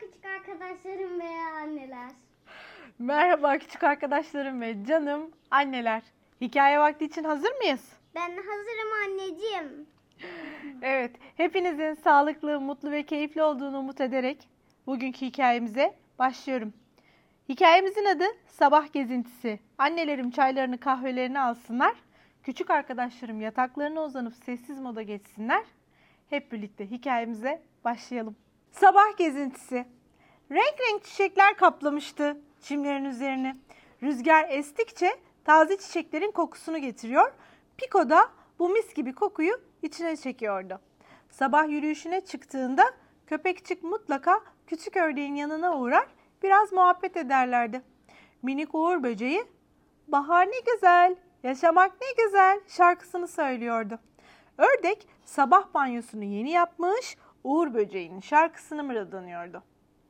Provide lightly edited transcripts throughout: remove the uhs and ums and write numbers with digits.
küçük arkadaşlarım ve anneler. Merhaba küçük arkadaşlarım ve canım anneler. Hikaye vakti için hazır mıyız? Ben hazırım anneciğim. Evet, hepinizin sağlıklı, mutlu ve keyifli olduğunu umut ederek bugünkü hikayemize başlıyorum. Hikayemizin adı Sabah Gezintisi. Annelerim çaylarını kahvelerini alsınlar. Küçük arkadaşlarım yataklarına uzanıp sessiz moda geçsinler. Hep birlikte hikayemize başlayalım. Sabah gezintisi. Renk renk çiçekler kaplamıştı çimlerin üzerini. Rüzgar estikçe taze çiçeklerin kokusunu getiriyor. Piko da bu mis gibi kokuyu içine çekiyordu. Sabah yürüyüşüne çıktığında köpekçik mutlaka küçük ördeğin yanına uğrar, biraz muhabbet ederlerdi. Minik Uğur böceği, "Bahar ne güzel, yaşamak ne güzel" şarkısını söylüyordu. Ördek sabah banyosunu yeni yapmış, Uğur böceğinin şarkısını mırıldanıyordu.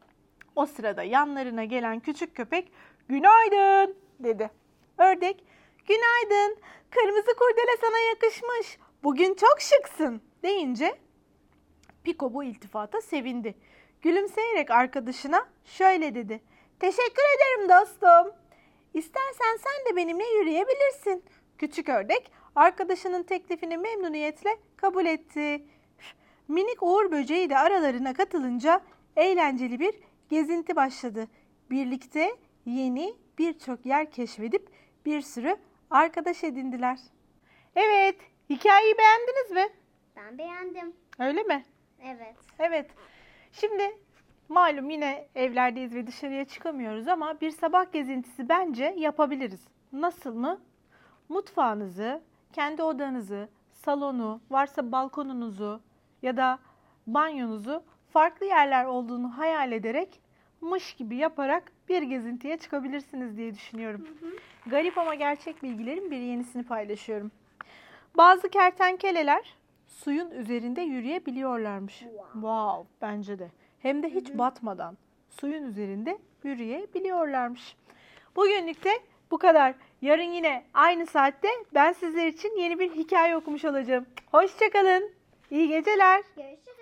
O sırada yanlarına gelen küçük köpek, "Günaydın" dedi. Ördek, "Günaydın, kırmızı kurdele sana yakışmış, bugün çok şıksın" deyince Piko bu iltifata sevindi. Gülümseyerek arkadaşına şöyle dedi. "Teşekkür ederim dostum. İstersen sen de benimle yürüyebilirsin." Küçük ördek arkadaşının teklifini memnuniyetle kabul etti. Minik Uğur böceği de aralarına katılınca eğlenceli bir gezinti başladı. Birlikte yeni birçok yer keşfedip bir sürü arkadaş edindiler. Evet, hikayeyi beğendiniz mi? Ben beğendim. Öyle mi? Evet. Evet. Şimdi malum yine evlerdeyiz ve dışarıya çıkamıyoruz ama bir sabah gezintisi bence yapabiliriz. Nasıl mı? Mutfağınızı, kendi odanızı, salonu, varsa balkonunuzu ya da banyonuzu farklı yerler olduğunu hayal ederek mış gibi yaparak bir gezintiye çıkabilirsiniz diye düşünüyorum. Garip ama gerçek bilgilerin bir yenisini paylaşıyorum. Bazı kertenkeleler suyun üzerinde yürüyebiliyorlarmış. Wow, bence de. Hem de hiç batmadan suyun üzerinde yürüyebiliyorlarmış. Bugünlük de bu kadar. Yarın yine aynı saatte ben sizler için yeni bir hikaye okumuş olacağım. Hoşça kalın. İyi geceler. Görüşürüz.